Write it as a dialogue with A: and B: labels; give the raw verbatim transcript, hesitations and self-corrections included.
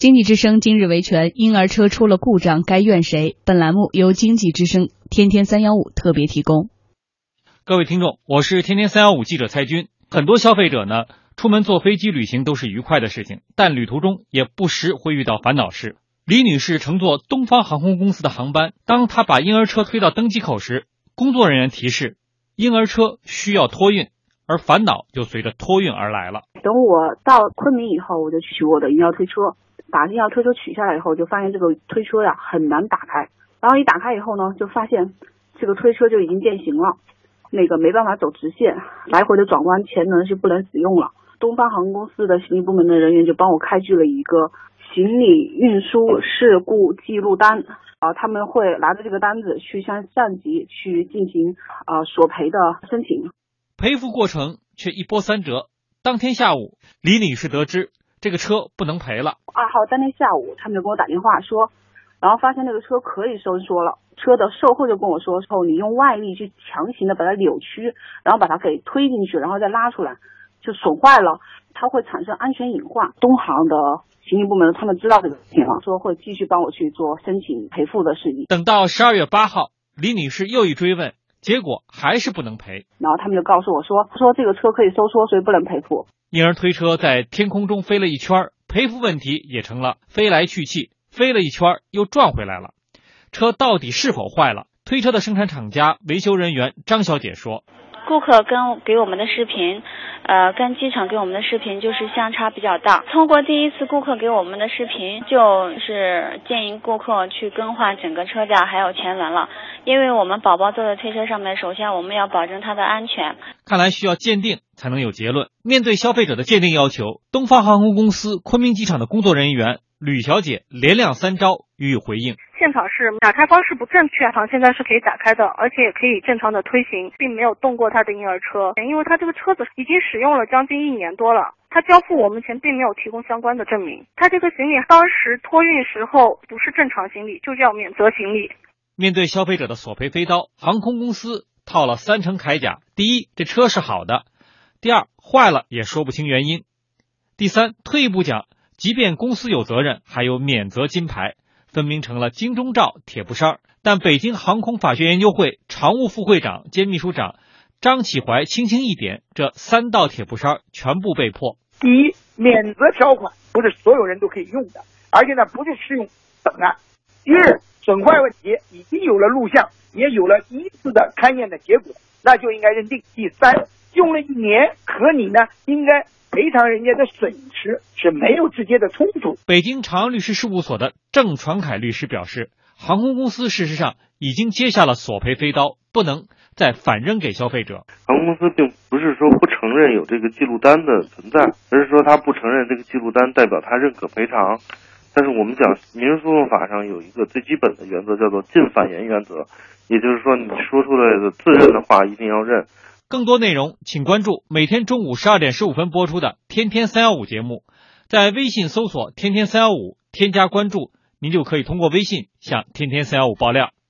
A: 经济之声今日维权，婴儿车出了故障该怨谁？本栏目由经济之声天天三一五特别提供。
B: 各位听众，我是天天三一五记者蔡军。很多消费者呢，出门坐飞机旅行都是愉快的事情，但旅途中也不时会遇到烦恼事。李女士乘坐东方航空公司的航班，当她把婴儿车推到登机口时，工作人员提示婴儿车需要托运，而烦恼就随着托运而来了。
C: 等我到昆明以后，我就取我的婴儿推车，把婴儿推车取下来以后，就发现这个推车呀很难打开，然后一打开以后呢，就发现这个推车就已经变形了，那个没办法走直线，来回的转弯前轮是不能使用了。东方航空公司的行李部门的人员就帮我开具了一个行李运输事故记录单，啊，他们会拿着这个单子去向上级去进行啊索赔的申请。
B: 赔付过程却一波三折。当天下午，李女士得知这个车不能赔了。
C: 二号当天下午，他们就给我打电话说，然后发现那个车可以收缩了。车的售后就跟我说，后你用外力去强行的把它扭曲，然后把它给推进去，然后再拉出来，就损坏了，它会产生安全隐患。东航的行李部门他们知道这个事情了，说会继续帮我去做申请赔付的事宜。
B: 等到十二月八号，李女士又一追问，结果还是不能赔。
C: 然后他们就告诉我说，说这个车可以收缩，所以不能赔付。
B: 婴儿推车在天空中飞了一圈，赔付问题也成了飞来去气，飞了一圈又转回来了。车到底是否坏了？推车的生产厂家维修人员张小姐说，
D: 顾客跟给我们的视频呃，跟机场给我们的视频就是相差比较大。通过第一次顾客给我们的视频，就是建议顾客去更换整个车架还有前轮了，因为我们宝宝坐在推车上面，首先我们要保证它的安全。
B: 看来需要鉴定才能有结论。面对消费者的鉴定要求，东方航空公司昆明机场的工作人员吕小姐连亮三招予以回应。
E: 现场是打开方式不正确，航现在是可以打开的，而且也可以正常的推行，并没有动过他的婴儿车，因为他这个车子已经使用了将近一年多了，他交付我们前并没有提供相关的证明，他这个行李当时托运时候不是正常行李，就叫免责行李。
B: 面对消费者的索赔飞刀，航空公司套了三层铠甲：第一，这车是好的；第二，坏了也说不清原因；第三，退一步讲，即便公司有责任，还有免责金牌，分明成了金钟罩铁布衫。但北京航空法学研究会常务副会长兼秘书长张启怀轻轻一点，这三道铁布衫全部被破。
F: 第一，免责条款不是所有人都可以用的，而且呢不是适用本案。第二，损坏问题已经有了录像，也有了一次的勘验的结果，那就应该认定。第三，用了一年，和你呢应该赔偿人家的损失是没有直接的冲突。
B: 北京长安律师事务所的郑传凯律师表示，航空公司事实上已经接下了索赔飞刀，不能再反扔给消费者。
G: 航空公司并不是说不承认有这个记录单的存在，而是说他不承认这个记录单代表他认可赔偿。但是我们讲民事诉讼法上有一个最基本的原则，叫做尽反言原则，也就是说你说出来的自认的话一定要认。
B: 更多内容请关注每天中午十二点十五分播出的天天三一五节目，在微信搜索天天三一五，添加关注，您就可以通过微信向天天三一五爆料。